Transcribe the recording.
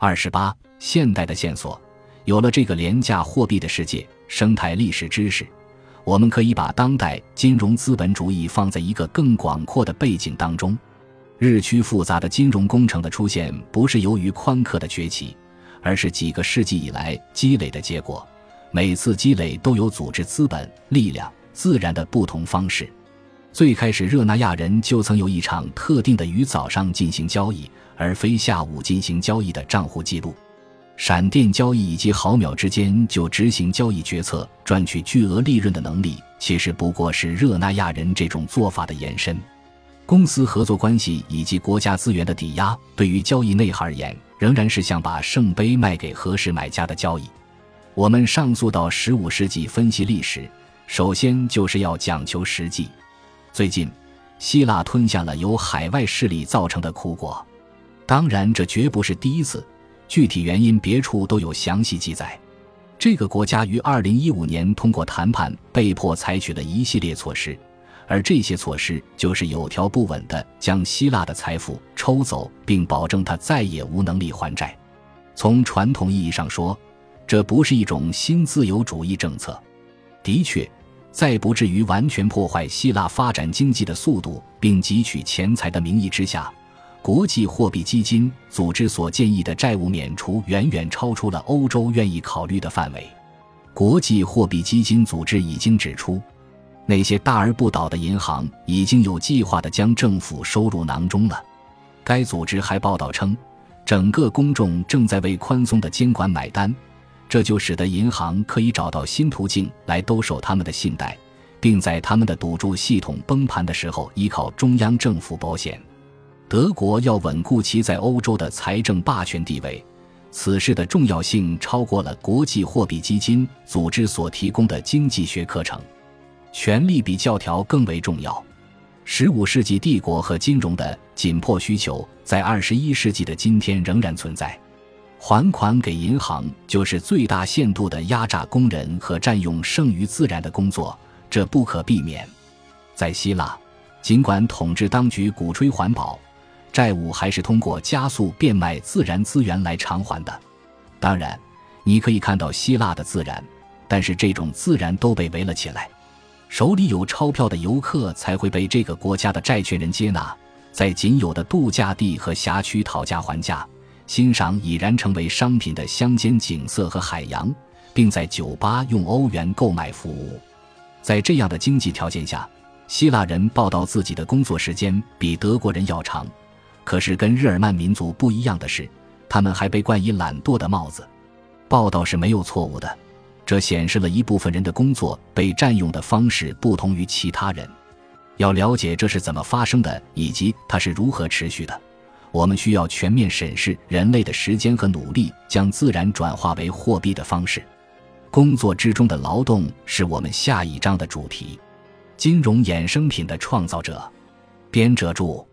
28现代的线索。有了这个廉价货币的世界生态历史知识，我们可以把当代金融资本主义放在一个更广阔的背景当中。日趋复杂的金融工程的出现不是由于宽客的崛起，而是几个世纪以来积累的结果，每次积累都有组织资本、力量、自然的不同方式。最开始热那亚人就曾有一场特定的于早上进行交易而非下午进行交易的账户记录，闪电交易以及毫秒之间就执行交易决策赚取巨额利润的能力，其实不过是热那亚人这种做法的延伸。公司合作关系以及国家资源的抵押，对于交易内涵而言，仍然是像把圣杯卖给合适买家的交易。我们上溯到15世纪分析历史，首先就是要讲求实际。最近，希腊吞下了由海外势力造成的苦果。当然，这绝不是第一次，具体原因别处都有详细记载。这个国家于2015年通过谈判被迫采取了一系列措施，而这些措施就是有条不紊地将希腊的财富抽走，并保证它再也无能力还债。从传统意义上说，这不是一种新自由主义政策。的确，在不至于完全破坏希腊发展经济的速度并汲取钱财的名义之下，国际货币基金组织所建议的债务免除远远超出了欧洲愿意考虑的范围。国际货币基金组织已经指出，那些大而不倒的银行已经有计划地将政府收入囊中了。该组织还报道称，整个公众正在为宽松的监管买单，这就使得银行可以找到新途径来兜售他们的信贷，并在他们的赌注系统崩盘的时候依靠中央政府保险。德国要稳固其在欧洲的财政霸权地位，此事的重要性超过了国际货币基金组织所提供的经济学课程。权力比教条更为重要。15世纪帝国和金融的紧迫需求在21世纪的今天仍然存在。还款给银行就是最大限度地压榨工人和占用剩余自然的工作，这不可避免。在希腊，尽管统治当局鼓吹环保，债务还是通过加速变卖自然资源来偿还的。当然，你可以看到希腊的自然，但是这种自然都被围了起来。手里有钞票的游客才会被这个国家的债权人接纳，在仅有的度假地和辖区讨价还价，欣赏已然成为商品的乡间景色和海洋，并在酒吧用欧元购买服务。在这样的经济条件下，希腊人报道自己的工作时间比德国人要长，可是跟日耳曼民族不一样的是，他们还被冠以懒惰的帽子。报道是没有错误的，这显示了一部分人的工作被占用的方式不同于其他人。要了解这是怎么发生的，以及它是如何持续的，我们需要全面审视人类的时间和努力将自然转化为货币的方式。工作之中的劳动是我们下一章的主题。金融衍生品的创造者。编者注：